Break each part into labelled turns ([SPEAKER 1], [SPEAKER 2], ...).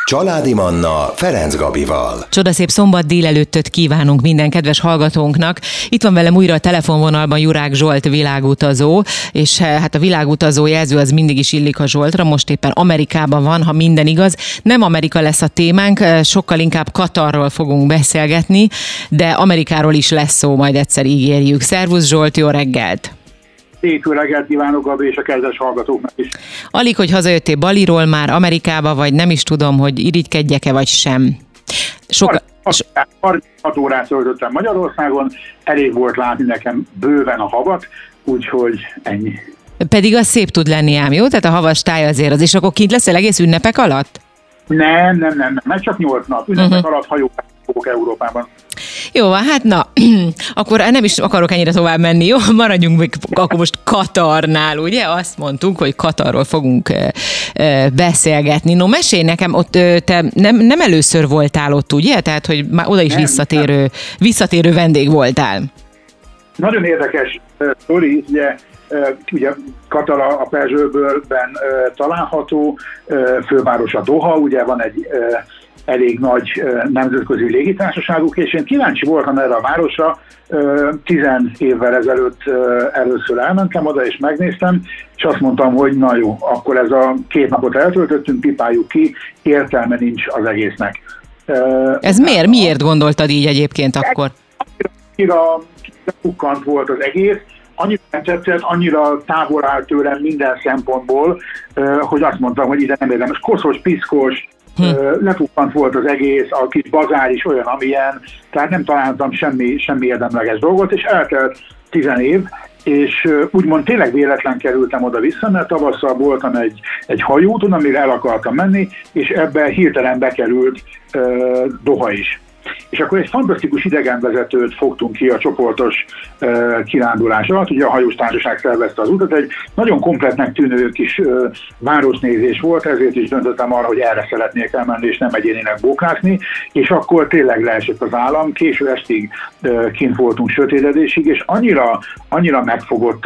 [SPEAKER 1] Családi Manna Ferenc Gabival.
[SPEAKER 2] Csodaszép szombat délelőttöt kívánunk minden kedves hallgatónknak. Itt van velem újra a telefonvonalban Jurák Zsolt világutazó, és hát a világutazó jelző az mindig is illik a Zsoltra, most éppen Amerikában van, ha minden igaz. Nem Amerika lesz a témánk, sokkal inkább Katarról fogunk beszélgetni, de Amerikáról is lesz szó, majd egyszer ígérjük. Szervusz Zsolt, jó reggelt!
[SPEAKER 3] Szép jó reggelt kívánok, Gabi, és a kedves hallgatóknak is.
[SPEAKER 2] Alig, hogy hazajöttél Baliról már Amerikába, vagy nem is tudom, hogy irigykedjek-e, vagy sem.
[SPEAKER 3] 36 órát töltöttem Magyarországon, elég volt látni nekem bőven a havat, úgyhogy ennyi.
[SPEAKER 2] Pedig az szép tud lenni ám, jó? Tehát a havas táj azért az, és akkor kint leszel egész ünnepek alatt?
[SPEAKER 3] Nem, meg csak 8 nap. Ünnepek alatt hajókkal fogok Európában.
[SPEAKER 2] Jó, hát na, akkor nem is akarok ennyire tovább menni, jó? Maradjunk még akkor most Katarnál, ugye? Azt mondtuk, hogy Katarról fogunk beszélgetni. No, mesélj nekem, ott te nem először voltál ott, ugye? Tehát, hogy már oda is visszatérő vendég voltál. Nagyon
[SPEAKER 3] érdekes sztori, ugye Katar a Perzs-öbölben található, fővárosa Doha, ugye van egy elég nagy nemzetközi légitársaságuk, és én kíváncsi voltam erre a városra, 10 évvel ezelőtt először elmentem oda, és megnéztem, és azt mondtam, hogy na jó, akkor ez a 2 napot eltöltöttünk, pipáljuk ki, értelme nincs az egésznek.
[SPEAKER 2] Ez miért? Miért gondoltad így egyébként akkor?
[SPEAKER 3] Annyira pukkant volt az egész, annyira tetszett, annyira távol áll tőlem minden szempontból, hogy azt mondtam, hogy ide nem érdemes. Koszos, piszkos, lepukkant volt az egész, a kis bazár is olyan, amilyen, tehát nem találtam semmi érdemleges dolgot, és eltelt 10 év, és úgymond tényleg véletlen kerültem oda-vissza, mert tavasszal voltam egy hajóúton, amire el akartam menni, és ebbe hirtelen bekerült Doha is. És akkor egy fantasztikus idegenvezetőt fogtunk ki a csoportos kirándulás alatt, ugye a hajós társaság szervezte az utat, egy nagyon kompletnek tűnő kis városnézés volt, ezért is döntöttem arra, hogy erre szeretnék elmenni, és nem egyénileg bóklászni, és akkor tényleg leesett az állam, késő estig kint voltunk sötétedésig, és annyira megfogott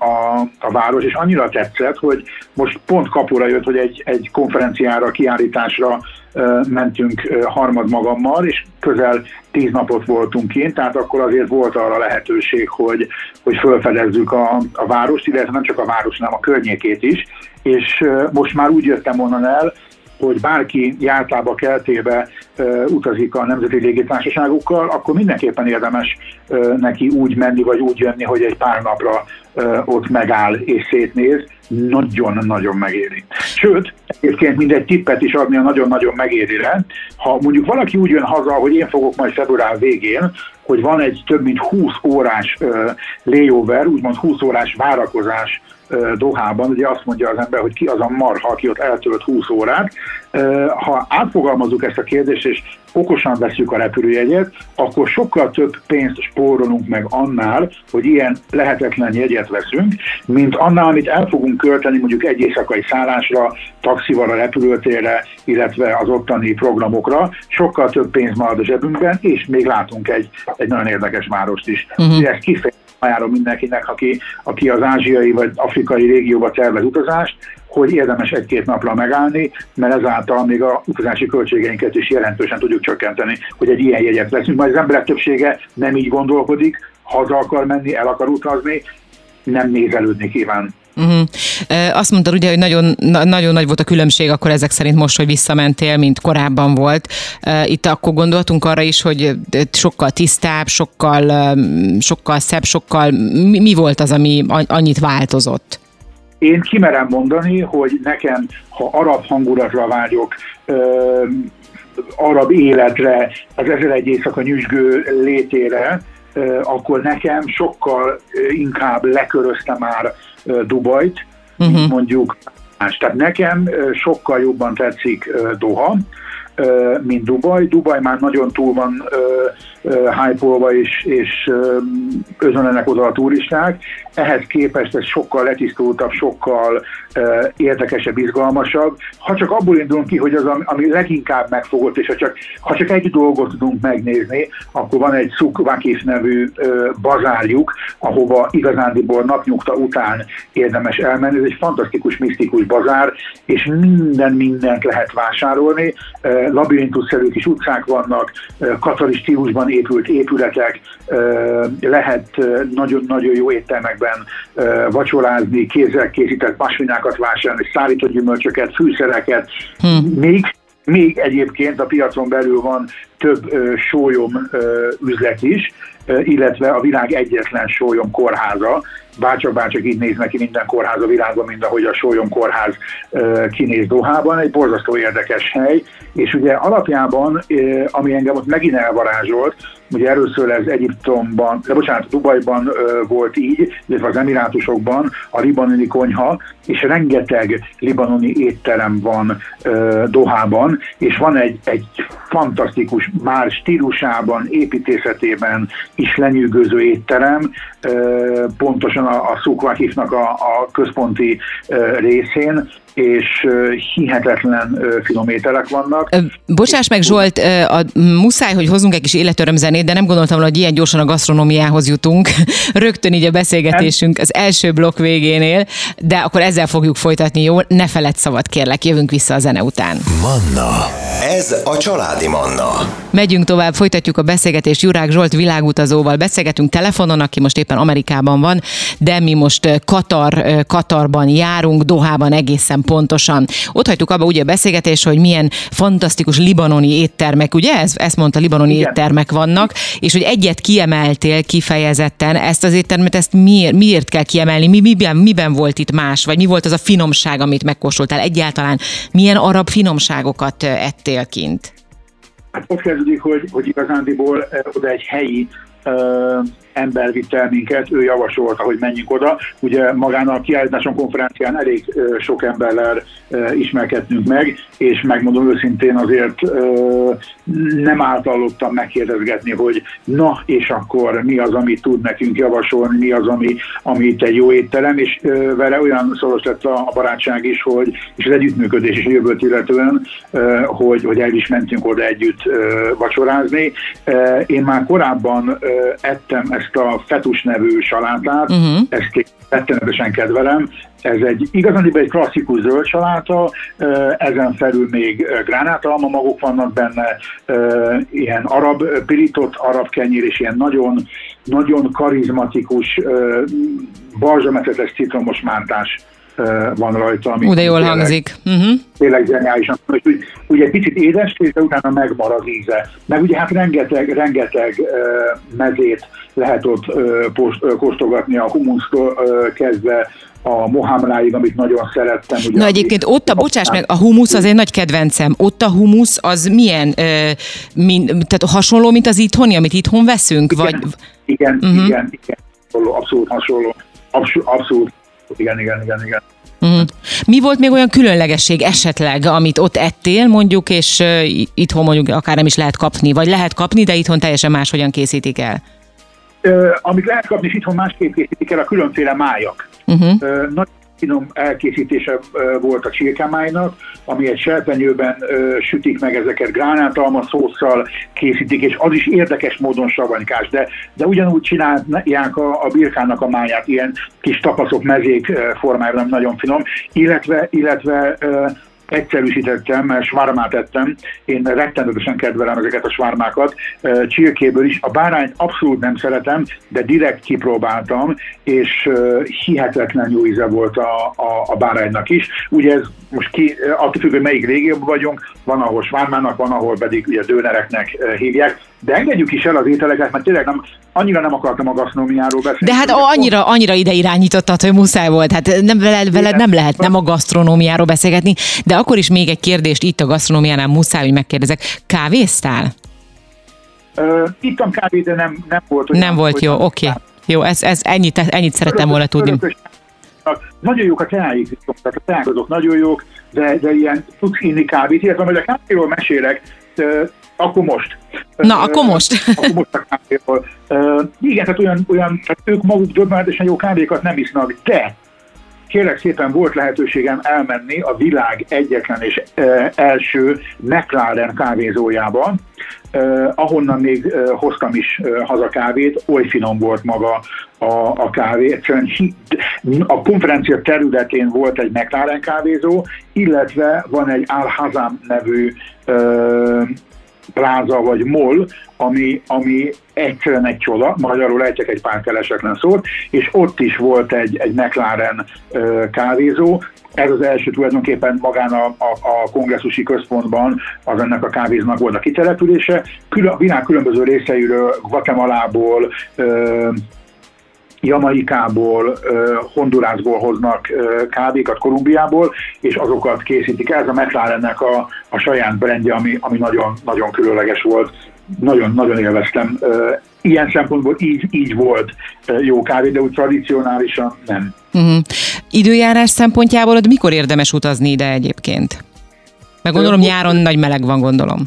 [SPEAKER 3] a város, és annyira tetszett, hogy most pont kapura jött, hogy egy konferenciára, kiállításra mentünk harmadmagammal, és közel 10 napot voltunk kint, tehát akkor azért volt arra lehetőség, hogy felfedezzük a várost, illetve nem csak a város, hanem a környékét is, és most már úgy jöttem onnan el, hogy bárki jártába keltébe utazik a nemzeti légitársaságokkal, akkor mindenképpen érdemes neki úgy menni, vagy úgy jönni, hogy egy pár napra ott megáll és szétnéz, nagyon-nagyon megéri. Sőt, egyébként mindegy tippet is adni a nagyon-nagyon megérire. Ha mondjuk valaki úgy jön haza, hogy én fogok majd február végén, hogy van egy több mint 20 órás layover, úgymond 20 órás várakozás Dohában, ugye azt mondja az ember, hogy ki az a marha, aki ott eltölt 20 órát. Ha átfogalmazzuk ezt a kérdést, és okosan veszük a repülőjegyet, akkor sokkal több pénzt spórolunk meg annál, hogy ilyen lehetetlen jegyet veszünk, mint annál, amit el fogunk költeni mondjuk egy éjszakai szállásra, taxival a repülőtérre, illetve az ottani programokra. Sokkal több pénz marad a zsebünkben, és még látunk egy nagyon érdekes várost is. Ezt kifejezetten ajánlom mindenkinek, aki az ázsiai vagy afrikai régióba tervez utazást, hogy érdemes 1-2 napra megállni, mert ezáltal még a utazási költségeinket is jelentősen tudjuk csökkenteni, hogy egy ilyen jegyet veszünk. Majd az emberek többsége nem így gondolkodik, haza akar menni, el akar utazni, nem nézelődni kíván.
[SPEAKER 2] Azt mondtad ugye, hogy nagyon nagy volt a különbség akkor ezek szerint most, hogy visszamentél, mint korábban volt. Itt akkor gondoltunk arra is, hogy sokkal tisztább, sokkal szebb, mi volt az, ami annyit változott?
[SPEAKER 3] Én kimerem mondani, hogy nekem, ha arab hangulatra vágyok, arab életre, az 1001 éjszaka nyüzsgő létére, akkor nekem sokkal inkább lekörözte már Dubajt, mint mondjuk más. Tehát nekem sokkal jobban tetszik Doha, mint Dubaj. Dubaj már nagyon túl van hype-olva, és özönlenek oda a turisták. ehhez képest ez sokkal letisztultabb, sokkal érdekesebb, izgalmasabb. Ha csak abból indulunk ki, hogy az, ami leginkább megfogott, és ha csak egy dolgot tudunk megnézni, akkor van egy Suk Waqif nevű bazárjuk, ahova igazándiból napnyugta után érdemes elmenni. Ez egy fantasztikus, misztikus bazár, és mindent lehet vásárolni. Labirintusszerű kis utcák vannak, katari stílusban épült épületek, lehet nagyon-nagyon jó éttermekben vacsorázni, kézzel készített pasvinákat vásárolni, szárított gyümölcsöket, fűszereket. Még egyébként a piacon belül van több sólyom üzlet is, illetve a világ egyetlen sólyom kórháza, bárcsak így néz neki minden kórház a világban, mint ahogy a sólyom kórház kinéz Dohában, egy borzasztó érdekes hely, és ugye alapjában, ami engem ott megint elvarázsolt, ugye először ez Dubajban volt így, illetve az Emirátusokban a libanoni konyha, és rengeteg libanoni étterem van Dohában, és van egy fantasztikus, már stílusában, építészetében is lenyűgöző étterem, pontosan a Suk Waqifnak a központi részén, és hihetetlen finom ételek vannak.
[SPEAKER 2] Bocsáss meg, Zsolt, muszáj, hogy hozzunk egy kis életörömzenét, de nem gondoltam, hogy ilyen gyorsan a gasztronómiához jutunk. Rögtön így a beszélgetésünk az első blokk végénél, de akkor ezzel fogjuk folytatni, jó? Ne feledd szabad, kérlek, jövünk vissza a zene után.
[SPEAKER 1] Manna. Ez a Családi Manna.
[SPEAKER 2] Megyünk tovább, folytatjuk a beszélgetést Jurák Zsolt világutazóval. Beszélgetünk telefonon, aki most éppen Amerikában van, de mi most Katarban járunk, Dohában egészen pontosan. Ott hagytuk abba ugye a beszélgetést, hogy milyen fantasztikus libanoni éttermek, ugye? Ezt mondta, libanoni éttermek vannak, és hogy egyet kiemeltél kifejezetten, ezt az éttermet, ezt miért kell kiemelni? Miben volt itt más? Vagy mi volt az a finomság, amit megkóstoltál? Egyáltalán milyen arab finomságokat ettél kint?
[SPEAKER 3] Hát ott kezdődik, hogy igazándiból oda egy helyi ember vitt el minket, ő javasolta, hogy menjünk oda. Ugye magán a kiállításon, konferencián elég sok emberrel ismerkedtünk meg, és megmondom őszintén azért nem általottam megkérdezgetni, hogy na, és akkor mi az, amit tud nekünk javasolni, mi az, ami itt egy jó étterem, és vele olyan szoros lett a barátság is, és az együttműködés is a jövőt illetően, hogy el is mentünk oda együtt vacsorázni. Én már korábban ettem ezt a fetus nevű salátát, ezt rettenetesen kedvelem. Ez igazán egy klasszikus zöld saláta, ezen felül még gránátalma magok vannak benne, ilyen arab pirított arab kenyér, és ilyen nagyon, nagyon karizmatikus balzsamecetes citromos mántás van rajta.
[SPEAKER 2] De jól hangzik.
[SPEAKER 3] Tényleg zseniálisan. Ugye picit édes, de utána megmarad íze. Meg ugye hát rengeteg mezét lehet ott kóstolgatni, a humusztól kezdve a mohamráig, amit nagyon szerettem. Ugye,
[SPEAKER 2] na egyébként ott bocsáss meg, a humusz az egy nagy kedvencem. Ott a humusz az milyen? Tehát hasonló, mint az itthoni, amit itthon veszünk?
[SPEAKER 3] Igen, igen. Abszolút hasonló. Abszolút. Igen.
[SPEAKER 2] Mi volt még olyan különlegesség esetleg, amit ott ettél mondjuk, és itthon mondjuk akár nem is lehet kapni, vagy lehet kapni, de itthon teljesen máshogyan készítik el?
[SPEAKER 3] Amit lehet kapni, és itthon másképp készítik el, a különféle májak. Nagy finom elkészítése volt a csirkemájnak, ami egy serpenyőben sütik meg ezeket, gránátalma szósszal készítik, és az is érdekes módon savanykás, de ugyanúgy csinálják a birkának a máját, ilyen kis tapaszok, mezék formájában, nagyon finom, illetve egyszerűsítettem, mert svármát ettem. Én rettenetesen kedvelem ezeket a svármákat. Csirkéből is. A bárányt abszolút nem szeretem, de direkt kipróbáltam, és hihetetlen jó íze volt a báránynak is. Ugye ez most attól függ, hogy melyik régióban vagyunk, van, ahol svármának, van, ahol pedig ugye dőnereknek hívják. De engedjük is el az ételeket, mert tényleg annyira nem akartam a gasztronómiáról beszélni.
[SPEAKER 2] De hát annyira ide irányítottad, hogy muszáj volt. Hát veled nem lehet nem a gasztronómiáról beszélgetni, de akkor is még egy kérdést itt a gasztronómiánál muszáj, hogy megkérdezek. Kávéztál?
[SPEAKER 3] Ittam kávét, de nem volt.
[SPEAKER 2] Nem volt jó, oké. Jó, ennyit szerettem volna tudni.
[SPEAKER 3] Nagyon jók a teáik, tehát a teák azok nagyon jók, de ilyen tudsz inni kávét, illetve majd a kávéról mesélek, akkor most.
[SPEAKER 2] Na, akkor most.
[SPEAKER 3] Akkor most a kávéról. Igen, tehát tehát ők maguk döbbenetesen jó kávékat nem isznak, de kérlek szépen volt lehetőségem elmenni a világ egyetlen és első McLaren kávézójába, ahonnan még hoztam is haza kávét, oly finom volt maga a kávé. Egyszerűen a konferencia területén volt egy McLaren kávézó, illetve van egy Al-Hazam nevű pláza vagy mall, ami egyszerűen egy csoda, magyarul ejtjek egy pár keresetlen szót, és ott is volt egy McLaren kávézó. Ez az első tulajdonképpen magán a kongresszusi központban az ennek a kávéznak volt a kitelepülése. A világ különböző részeiről, Guatemalából, Jamaikából, Hondurasból hoznak kávékat, Kolumbiából, és azokat készítik. Ez a McLarennek a saját brandje, ami nagyon, nagyon különleges volt. Nagyon, nagyon élveztem. Ilyen szempontból így volt jó kávé, de úgy tradicionálisan nem.
[SPEAKER 2] Uh-huh. Időjárás szempontjából mikor érdemes utazni ide egyébként? Meg gondolom nyáron nagy meleg van, gondolom.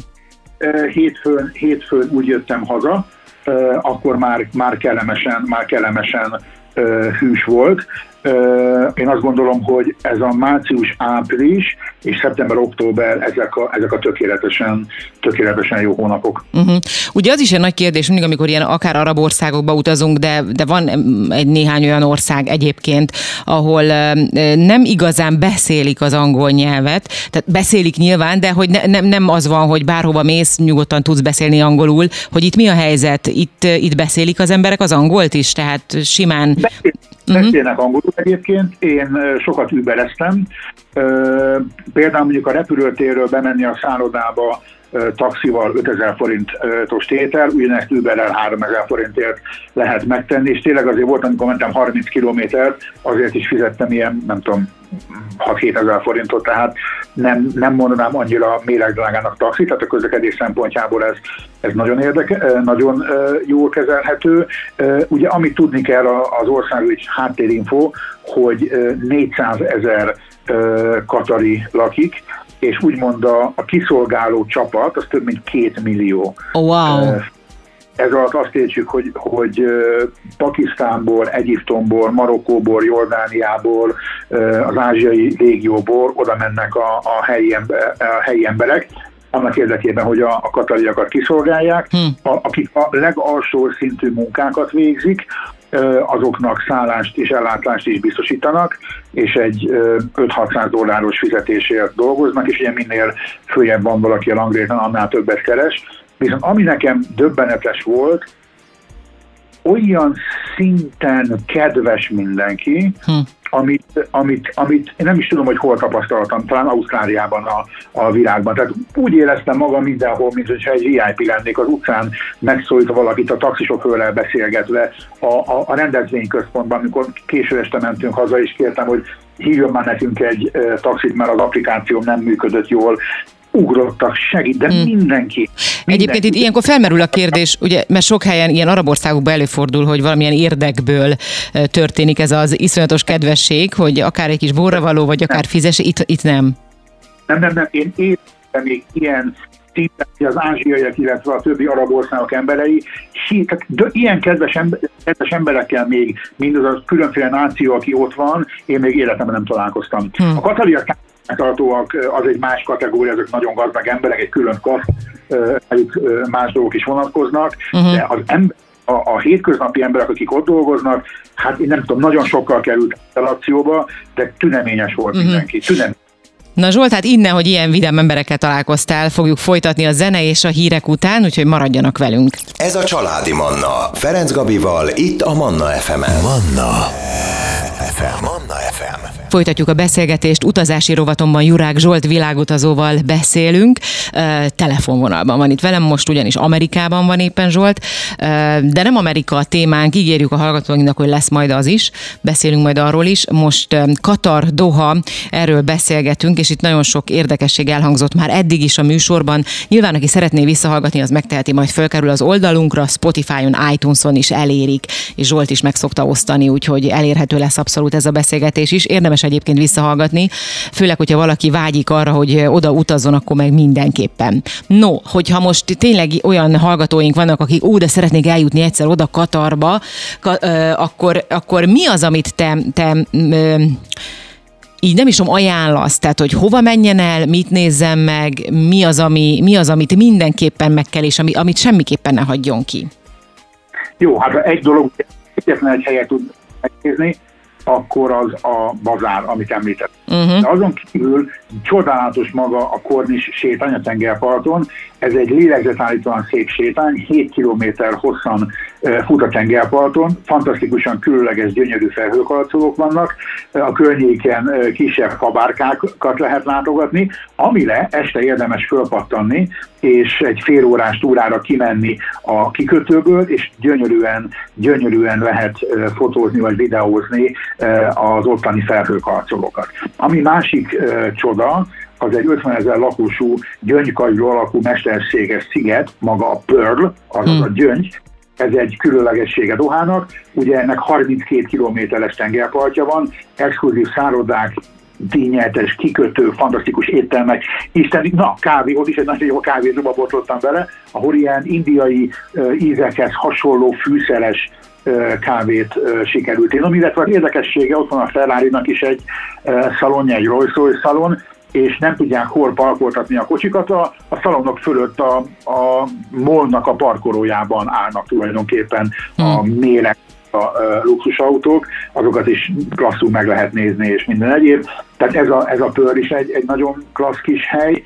[SPEAKER 3] Hétfőn úgy jöttem haza, akkor már kellemesen hűs volt. Én azt gondolom, hogy ez a március, április és szeptember-október ezek a tökéletesen jó hónapok.
[SPEAKER 2] Uh-huh. Ugye az is egy nagy kérdés, mindig, amikor ilyen akár arab országokba utazunk, de van egy néhány olyan ország egyébként, ahol nem igazán beszélik az angol nyelvet, tehát beszélik nyilván, de hogy nem az van, hogy bárhova mész, nyugodtan tudsz beszélni angolul, hogy itt mi a helyzet? Itt beszélik az emberek az angolt is, tehát simán...
[SPEAKER 3] Beszélnek angolul egyébként, én sokat übereztem. Például mondjuk a repülőtérről bemenni a szállodába taxival 5000 forintos tétel, ugyanezt Uberrel 3000 forintért lehet megtenni, és tényleg azért volt, amikor mentem 30 kilométert, azért is fizettem ilyen, nem tudom, 6-7 ezer forintot, tehát nem mondanám annyira méregdrágának taxi, tehát a közlekedés szempontjából ez nagyon jól kezelhető. Ugye amit tudni kell az országügy háttérinfo, hogy 400 000 katari lakik, és úgymond a kiszolgáló csapat, az több mint 2 millió.
[SPEAKER 2] Wow.
[SPEAKER 3] Ez alatt azt értsük, hogy Pakisztánból, Egyiptomból, Marokkóból, Jordániából, az ázsiai régióból oda mennek a helyi emberek, annak érdekében, hogy a katariakat kiszolgálják, akik a legalsó szintű munkákat végzik, azoknak szállást és ellátást is biztosítanak, és egy $500-600 fizetésért dolgoznak, és ugye minél följebb van valaki a ranglétrán, annál többet keres. Viszont ami nekem döbbenetes volt, olyan szinten kedves mindenki, amit én nem is tudom, hogy hol tapasztaltam, talán Ausztráliában a világban. Tehát úgy éreztem magam mindenhol, mint hogyha egy VIP lennék az utcán, megszólítva valakit a taxisofőrrel beszélgetve a rendezvényközpontban, amikor késő este mentünk haza, és kértem, hogy hívjon már nekünk egy taxit, mert az applikáció nem működött jól. Ugrottak, segít, de mindenki.
[SPEAKER 2] Egyébként itt ilyenkor felmerül a kérdés, ugye, mert sok helyen ilyen arab országokban előfordul, hogy valamilyen érdekből történik ez az iszonyatos kedvesség, hogy akár egy kis borravaló, vagy akár fizes, itt nem.
[SPEAKER 3] Nem. Én értem még ilyen szinten, az ázsiaiak, illetve a többi arab országok emberei, de ilyen kedves emberekkel még mindaz a különféle náció, aki ott van, én még életemben nem találkoztam. A katariak tartóak az egy más kategória, ezek nagyon gazdag emberek, egy külön kaszt, más dolgok is vonatkoznak, de a hétköznapi emberek, akik ott dolgoznak, hát én nem tudom, nagyon sokkal került akcióba, de tüneményes volt mindenki.
[SPEAKER 2] Na Zsolt, hát innen, hogy ilyen vidám emberekkel találkoztál, fogjuk folytatni a zene és a hírek után, úgyhogy maradjanak velünk.
[SPEAKER 1] Ez a Családi Manna, Ferenc Gabival, itt a Manna FM-en. Manna FM.
[SPEAKER 2] Folytatjuk a beszélgetést, utazási rovatomban Jurák Zsolt világutazóval beszélünk, telefonvonalban van itt velem, most ugyanis Amerikában van éppen Zsolt, de nem Amerika a témánk, ígérjük a hallgatóinknak, hogy lesz majd az is, beszélünk majd arról is. Most Katar, Doha, erről beszélgetünk, és itt nagyon sok érdekesség elhangzott már eddig is a műsorban. Nyilván, aki szeretné visszahallgatni, az megteheti, majd fölkerül az oldalunkra, Spotify-on, iTunes-on is elérik, és Zsolt is meg szokta osztani, úgyhogy elérhető lesz abszolút ez a beszélgetés is. Érdemes érdemes egyébként visszahallgatni, főleg, hogyha valaki vágyik arra, hogy oda utazzon, akkor meg mindenképpen. No, hogyha most tényleg olyan hallgatóink vannak, akik de szeretnék eljutni egyszer oda Katarba, akkor mi az, amit te így nem is tudom, ajánlasz, tehát hogy hova menjen el, mit nézzen meg, mi az, amit mindenképpen meg kell, és amit semmiképpen ne hagyjon ki?
[SPEAKER 3] Jó, hát egy dolog, egyetlen egy helyet tud megnézni, akkor az a bazár, amit említett. De azon kívül csodálatos maga a Corniche sétány a tengerparton. Ez egy lélegzetállítóan szép sétány, 7 kilométer hosszan fut a tengerparton, fantasztikusan különleges, gyönyörű felhőkarcolók vannak, a környéken kisebb kabárkákat lehet látogatni, amire este érdemes fölpattanni, és egy fél órás túrára kimenni a kikötőből, és gyönyörűen lehet fotózni vagy videózni az ottani felhőkarcolókat. Ami másik csoda, az egy 50 000 lakosú gyöngykagyú alakú mesterséges sziget, maga a Pearl, azaz a gyöngy. Ez egy különlegessége Dohának, ugye ennek 32 kilométeres tengerpartja van, exkluzív szállodák, díjnyertes kikötő, fantasztikus éttermek, kávé, ott is egy nagyon jó kávézóba botlottam bele, ahol ilyen indiai ízekhez hasonló fűszeres kávét sikerült innom, illetve az érdekessége, ott van a Ferrari-nak is egy szalonja, egy Rolls-Royce szalon, és nem tudják hol parkoltatni a kocsikat, a szalonok fölött a mallnak a parkolójában állnak tulajdonképpen a méreg, a luxusautók, azokat is klasszul meg lehet nézni, és minden egyéb. Tehát ez a Pearl is egy nagyon klassz kis hely.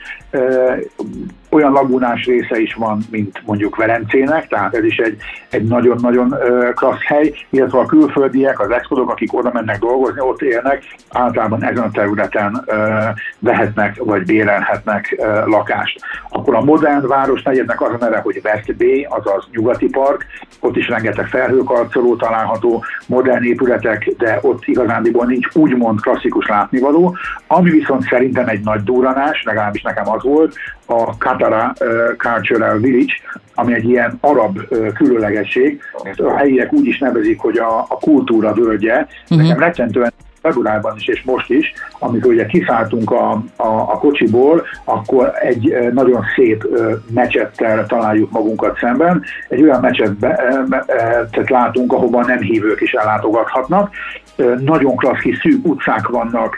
[SPEAKER 3] Olyan lagúnás része is van, mint mondjuk Velencének, tehát ez is egy nagyon-nagyon klassz hely, illetve a külföldiek, az exodok, akik oda mennek dolgozni, ott élnek, általában ezen a területen vehetnek vagy bérelhetnek lakást. Akkor a modern városnegyednek az a neve, hogy West Bay, azaz nyugati park, ott is rengeteg felhőkarcoló található, modern épületek, de ott igazándiból nincs úgymond klasszikus látnivaló. Ami viszont szerintem egy nagy durranás, legalábbis nekem az volt, a Katara Cultural Village, ami egy ilyen arab különlegesség. A helyiek úgy is nevezik, hogy a kultúra völgye. Nekem rettentően februárban is, és most is, amikor ugye kiszálltunk a kocsiból, akkor egy nagyon szép mecsettel találjuk magunkat szemben. Egy olyan mecsetet látunk, ahova nem hívők is ellátogathatnak. Nagyon klassz kis szűk utcák vannak,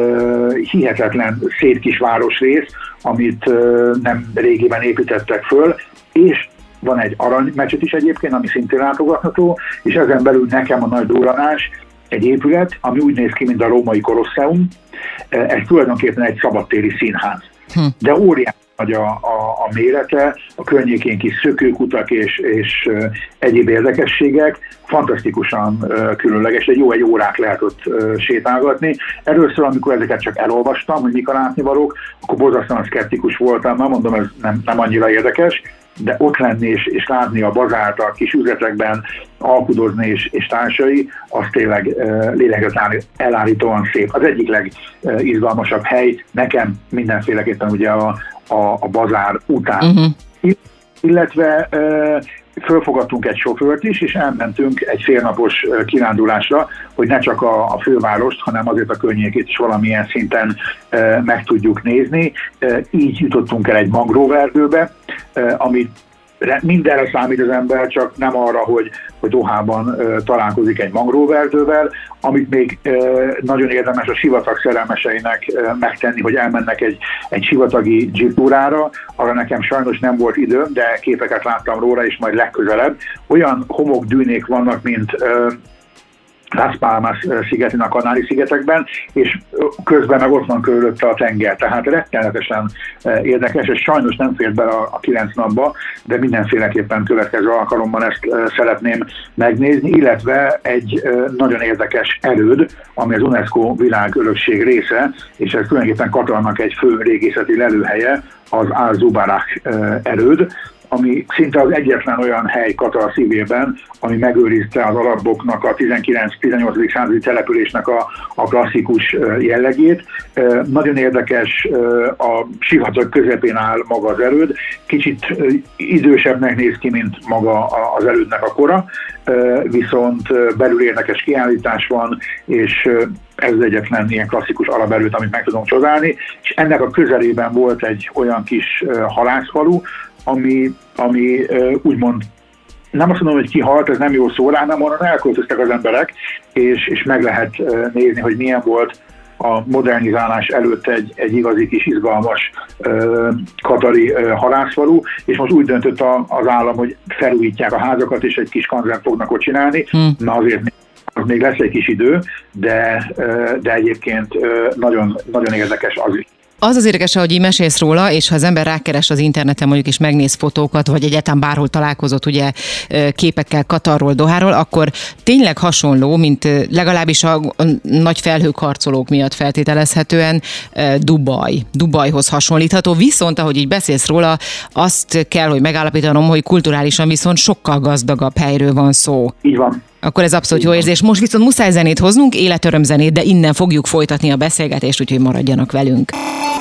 [SPEAKER 3] hihetetlen szép kis városrész, amit nem régiben építettek föl, és van egy aranymecset is egyébként, ami szintén látogatható, és ezen belül nekem a nagy durranás, egy épület, ami úgy néz ki, mint a római Kolosseum, ez tulajdonképpen egy szabadtéri színház. De óriási nagy a mérete, a környékén kis szökőkutak és egyéb érdekességek, fantasztikusan különleges, egy órát lehet ott sétálgatni. Először, amikor ezeket csak elolvastam, hogy mik a látnivalók, akkor borzasztóan szkeptikus voltam, már mondom, ez nem annyira érdekes, de ott lenni és látni a bazárt a kis üzletekben, alkudozni és társai, az tényleg lélegzetállítóan elállítóan szép. Az egyik legizgalmasabb hely, nekem mindenféleképpen ugye a bazár után. Illetve fölfogadtunk egy sofőrt is, és elmentünk egy félnapos kirándulásra, hogy ne csak a fővárost, hanem azért a környékét is valamilyen szinten meg tudjuk nézni. Így jutottunk el egy mangróveerdőbe, amit mindenre számít az ember, csak nem arra, hogy Dohában találkozik egy mangróveerdővel, amit még nagyon érdemes a sivatag szerelmeseinek megtenni, hogy elmennek egy sivatagi jeeptúrára. Arra nekem sajnos nem volt időm, de képeket láttam róla, és majd legközelebb. Olyan homokdűnék vannak, mint Las Palmas szigetén, a Kanári-szigetekben, és közben meg ott van körülötte a tenger, tehát rettenetesen érdekes, és sajnos nem fért bele a 9 napba, de mindenféleképpen következő alkalommal ezt szeretném megnézni, illetve egy nagyon érdekes erőd, ami az UNESCO világörökség része, és ez tulajdonképpen Katarnak egy fő régészeti lelőhelye, az Al-Zubarah erőd, ami szinte az egyetlen olyan hely Katar szívében, ami megőrizte az araboknak a 19-18. Századi településnek a klasszikus jellegét. Nagyon érdekes, a sivatag közepén áll maga az erőd, kicsit idősebbnek néz ki, mint maga az erődnek a kora, viszont belül érdekes kiállítás van, és ez az egyetlen ilyen klasszikus alapelőt, amit meg tudunk csodálni, és ennek a közelében volt egy olyan kis halászfalu, ami úgymond, nem azt mondom, hogy kihalt, ez nem jó szó rá, hanem onnan elköltöztek az emberek, és meg lehet nézni, hogy milyen volt a modernizálás előtt egy igazi kis izgalmas katari halászfalu, és most úgy döntött az állam, hogy felújítják a házakat, és egy kis kanzert fognak ott csinálni, na azért még lesz egy kis idő, de egyébként nagyon, nagyon érdekes az is.
[SPEAKER 2] Az érdekes, hogy így mesélsz róla, és ha az ember rákeres az interneten mondjuk, és megnéz fotókat, vagy egyáltalán bárhol találkozott ugye képekkel Katarról, Doháról, akkor tényleg hasonló, mint legalábbis a nagy felhőkarcolók miatt feltételezhetően Dubajhoz hasonlítható. Viszont, ahogy így beszélsz róla, azt kell, hogy megállapítanom, hogy kulturálisan viszont sokkal gazdagabb helyről van szó.
[SPEAKER 3] Így van.
[SPEAKER 2] Akkor ez abszolút jó érzés. Most viszont muszáj zenét hoznunk, életörömzenét, de innen fogjuk folytatni a beszélgetést, úgyhogy maradjanak velünk.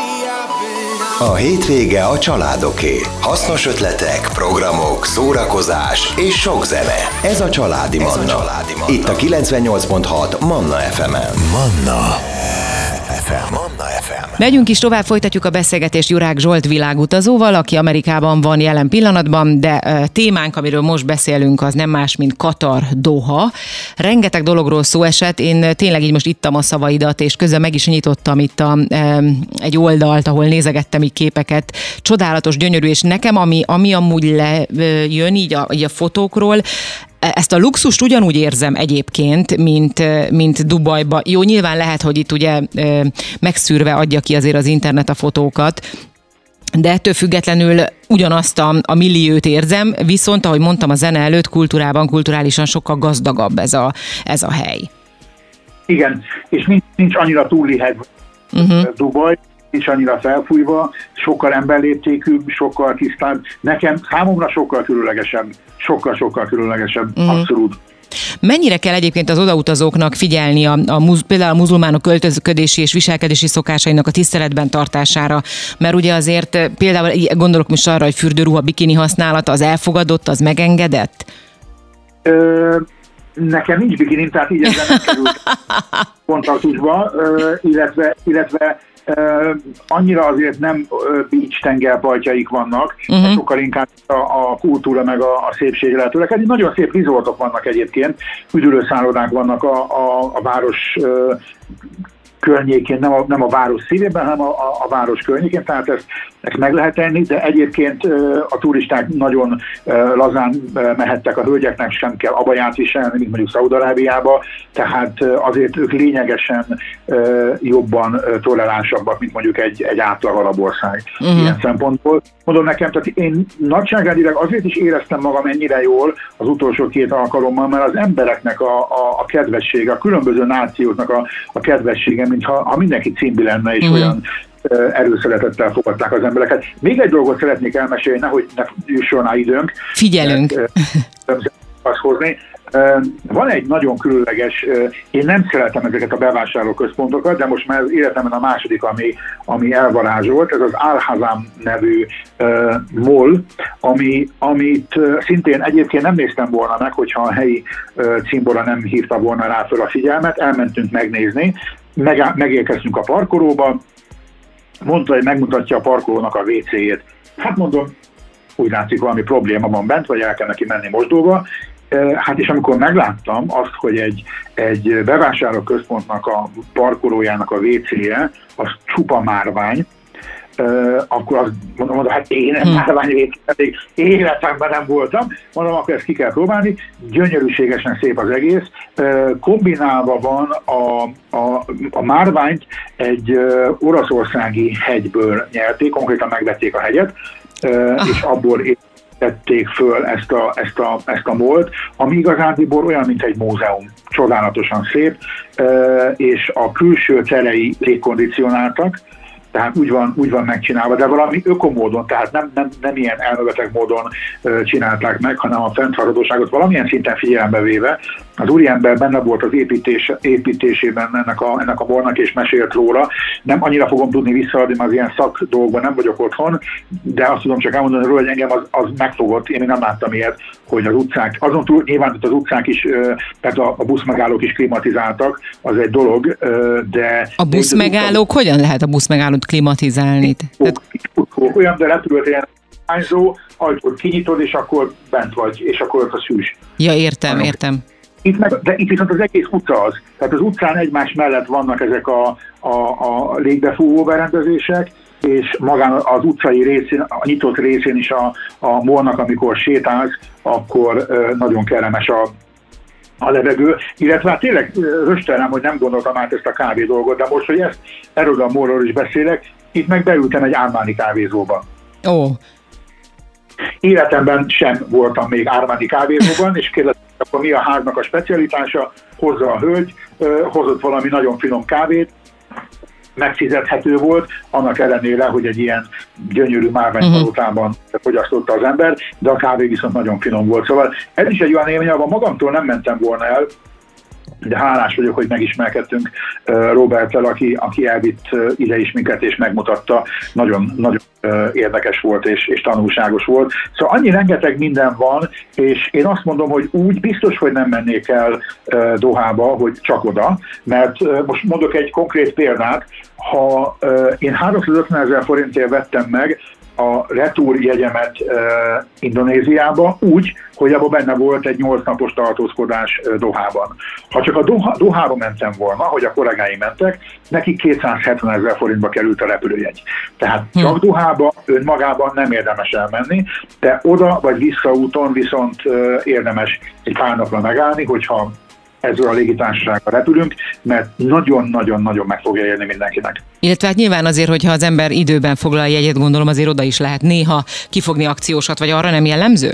[SPEAKER 1] A hétvége a családoké. Hasznos ötletek, programok, szórakozás és sok zene. Ez a Családi Manna. Itt a 98.6 Manna FM-en. Manna FM.
[SPEAKER 2] Megyünk is tovább, folytatjuk a beszélgetést Jurák Zsolt világutazóval, aki Amerikában van jelen pillanatban, de témánk, amiről most beszélünk, az nem más, mint Katar, Doha. Rengeteg dologról szó esett, én tényleg így most ittam a szavaidat, és közben meg is nyitottam itt egy oldalt, ahol nézegettem így képeket. Csodálatos, gyönyörű, és nekem, ami amúgy lejön így a fotókról, ezt a luxust ugyanúgy érzem egyébként, mint Dubajba. Jó, nyilván lehet, hogy itt ugye megszűrve adja ki azért az internet a fotókat, de ettől függetlenül ugyanazt a milliót érzem, viszont, ahogy mondtam a zene előtt, kulturálisan sokkal gazdagabb ez a hely. Igen,
[SPEAKER 3] és nincs annyira túllihegve Dubaj, nincs annyira felfújva, sokkal emberléptékűbb, sokkal tisztább. Számomra sokkal különlegesebb, abszolút.
[SPEAKER 2] Mennyire kell egyébként az odautazóknak figyelni például a muzulmánok költözködési és viselkedési szokásainak a tiszteletben tartására? Mert ugye azért például gondolok most arra, hogy fürdőruha, bikini használata az elfogadott, az megengedett?
[SPEAKER 3] Nekem nincs bikinim, tehát így ezzel nem került kontaktusba, illetve annyira azért nem beach tengerpartjaik vannak, sokkal inkább a kultúra meg a szépség lehet törekedni. Nagyon szép rizortok vannak egyébként, üdülőszállodák vannak a város környékén, nem a város szívében, hanem a város környékén, tehát ezt meg lehet tenni, de egyébként a turisták nagyon lazán mehettek, a hölgyeknek sem kell abaját viselni, mint mondjuk Szaúd-Arábiába, tehát azért ők lényegesen jobban toleránsabbak, mint mondjuk egy átlag arab ország ilyen szempontból. Mondom nekem, tehát én nagyságrendileg azért is éreztem magam ennyire jól az utolsó 2 alkalommal, mert az embereknek a kedvessége, a különböző nációknak a kedvessége, mintha mindenki címbi lenne, és olyan erőszeretettel fogadták az embereket. Még egy dolgot szeretnék elmesélni, nehogy ne jusson rá időnk.
[SPEAKER 2] Figyelünk.
[SPEAKER 3] Van egy nagyon különleges, én nem szeretem ezeket a bevásárlóközpontokat, de most már az életemben a második, ami elvarázsolt, ez az Al-Hazam nevű mall, amit szintén egyébként nem néztem volna meg, hogyha a helyi címbora nem hívta volna rá föl a figyelmet, elmentünk megnézni, megérkeztünk a parkolóba, mondta, hogy megmutatja a parkolónak a WC-jét. Hát mondom, úgy látszik, valami probléma van bent, vagy el kell neki menni mosdóba. Hát és amikor megláttam azt, hogy egy bevásárlóközpontnak a parkolójának a WC-je, az csupa márvány, akkor azt mondom, hát én márvány életemben nem voltam, mondom, akkor ezt ki kell próbálni, gyönyörűségesen szép az egész, kombinálva van a márványt egy oroszországi hegyből nyerték, konkrétan megvették a hegyet, és abból tették föl ezt a molt, ami igazándiból olyan, mint egy múzeum. Csodálatosan szép, és a külső terei légkondicionáltak, tehát úgy van megcsinálva, de valami ökomódon, tehát nem ilyen elmebeteg módon csinálták meg, hanem a fenntarthatóságot valamilyen szinten figyelembe véve. Az úriember benne volt az építésében ennek a bornak, és mesélt róla. Nem annyira fogom tudni visszaadni, mert az ilyen szakdolgban nem vagyok otthon, de azt tudom csak elmondani róla, hogy engem az megfogott. Én még nem láttam ilyet, hogy az utcák, azon túl nyilván az utcák is, tehát a buszmegállók is klimatizáltak, az egy dolog, de...
[SPEAKER 2] A buszmegállók, hogyan lehet a buszmegállót klimatizálni?
[SPEAKER 3] Olyan, de repülőtéren hányzó, ajtót kinyitod, és akkor bent vagy, és akkor ott a szűs.
[SPEAKER 2] Ja, értem.
[SPEAKER 3] De itt viszont az egész utca az. Tehát az utcán egymás mellett vannak ezek a légbefúvó berendezések, és magán az utcai részén, a nyitott részén is a mornak, amikor sétálsz, akkor nagyon kellemes a levegő, illetve hát tényleg röstelem, hogy nem gondoltam át ezt a kávé dolgot, de most, hogy erről a morról is beszélek, itt meg beültem egy Armani kávézóba.
[SPEAKER 2] Ó.
[SPEAKER 3] Életemben sem voltam még Armani kávézóban, és kérdeztem, akkor mi a háznak a specialitása, hozza a hölgy, hozott valami nagyon finom kávét, megfizethető volt, annak ellenére, hogy egy ilyen gyönyörű márványpalotában fogyasztotta az ember, de a kávé viszont nagyon finom volt. Szóval ez is egy olyan élmény, ahol magamtól nem mentem volna el, de hálás vagyok, hogy megismerkedtünk Roberttel, aki elvitt ide is minket, és megmutatta. Nagyon, nagyon érdekes volt, és tanulságos volt. Szóval annyi rengeteg minden van, és én azt mondom, hogy úgy biztos, hogy nem mennék el Dohába, hogy csak oda, mert most mondok egy konkrét példát, ha én 350 000 forintért vettem meg a retúr jegyemet Indonéziába úgy, hogy abban benne volt egy 8 napos tartózkodás Dohában. Ha csak a Dohába mentem volna, hogy a kollégáim mentek, nekik 270 000 forintba került a repülőjegy. Tehát csak Dohába önmagában nem érdemes elmenni, de oda vagy visszaúton viszont érdemes egy pár napra megállni, hogyha ezzel a légitársasággal repülünk, mert nagyon-nagyon-nagyon meg fogja érni mindenkinek.
[SPEAKER 2] Illetve hát nyilván azért, hogyha az ember időben foglal jegyet, gondolom azért oda is lehet néha kifogni akciósat, vagy arra nem jellemző?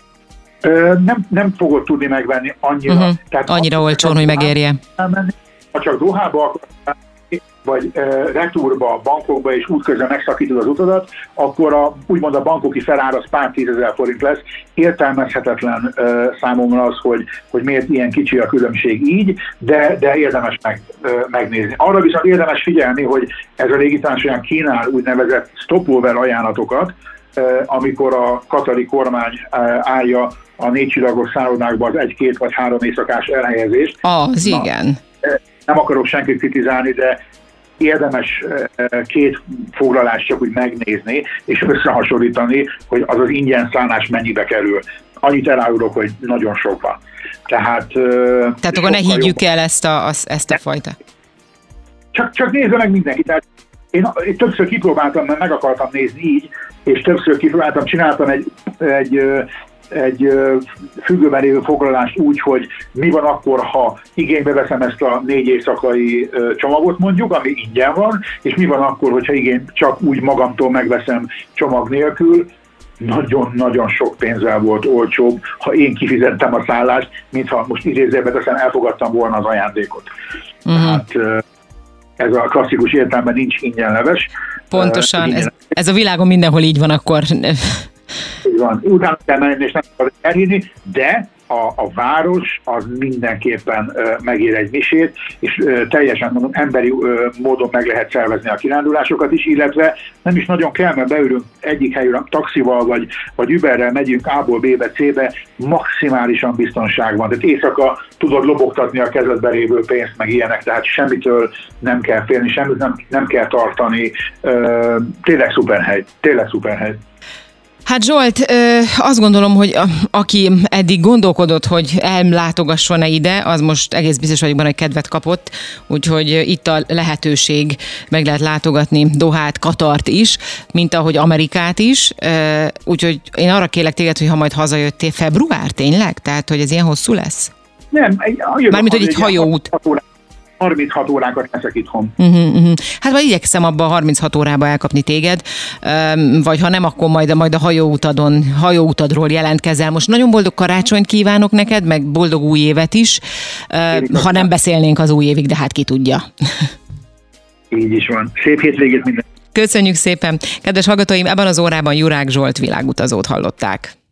[SPEAKER 3] Nem fogod tudni megvenni annyira.
[SPEAKER 2] Tehát annyira olcsón, hogy megérje.
[SPEAKER 3] Ha csak Dohába akarsz, vagy retúrba, Bangkokba és útközben megszakítod az utadat, akkor úgymond a bangkoki felár az pár 10 000 forint lesz. Értelmezhetetlen számomra az, hogy miért ilyen kicsi a különbség így, de érdemes megnézni. Arra viszont érdemes figyelni, hogy ez a légitársaság kínál úgynevezett stopover ajánlatokat, amikor a katari kormány állja a 4 csillagos szállodákba az 1-2 vagy 3 éjszakás elhelyezést.
[SPEAKER 2] Igen.
[SPEAKER 3] Nem akarok senkit kritizálni, de érdemes 2 foglalást csak úgy megnézni, és összehasonlítani, hogy az ingyen szállás mennyibe kerül. Annyit elárulok, hogy nagyon sok van. Tehát
[SPEAKER 2] akkor ne higgyük el ezt a fajta.
[SPEAKER 3] Csak nézze meg mindenki. Tehát én többször kipróbáltam, mert meg akartam nézni így, és többször kipróbáltam, csináltam egy függőben lévő foglalást úgy, hogy mi van akkor, ha igénybe veszem ezt a 4 éjszakai csomagot mondjuk, ami ingyen van, és mi van akkor, hogyha csak úgy magamtól megveszem csomag nélkül. Nagyon-nagyon sok pénzzel volt olcsóbb, ha én kifizettem a szállást, mintha most idézőjelbe teszem, elfogadtam volna az ajándékot. Tehát ez a klasszikus értelemben nincs ingyen leves.
[SPEAKER 2] Pontosan, ez a világon mindenhol így van akkor.
[SPEAKER 3] Így van. Utána kell menni, és nem kell elhinni, de a város az mindenképpen megér egy misét, és teljesen mondom, emberi módon meg lehet szervezni a kirándulásokat is, illetve nem is nagyon kell, mert beülünk egyik helyről taxival, vagy Uberrel megyünk A-ból B-be, C-be, maximálisan biztonság van. Tehát éjszaka tudod lobogtatni a kezedbe lévő pénzt, meg ilyenek, tehát semmitől nem kell félni, semmit nem kell tartani. Tényleg szuper hely.
[SPEAKER 2] Hát Zsolt, azt gondolom, hogy aki eddig gondolkodott, hogy ellátogasson-e ide, az most egész biztos vagyok benne, hogy kedvet kapott, úgyhogy itt a lehetőség, meg lehet látogatni Dohát, Katart is, mint ahogy Amerikát is, úgyhogy én arra kérlek téged, hogy ha majd hazajöttél, február tényleg? Tehát, hogy ez ilyen hosszú lesz?
[SPEAKER 3] Nem.
[SPEAKER 2] Mármint, hogy egy hajóút.
[SPEAKER 3] 36 órákat leszek itthon.
[SPEAKER 2] Hát majd igyekszem abba a 36 órába elkapni téged, vagy ha nem, akkor majd a hajóutadról jelentkezel. Most nagyon boldog karácsonyt kívánok neked, meg boldog új évet is, ha nem beszélnénk az új évig, de hát ki tudja.
[SPEAKER 3] Így is van. Szép hétvégét minden.
[SPEAKER 2] Köszönjük szépen. Kedves hallgatóim, ebben az órában Jurák Zsolt világutazót hallották.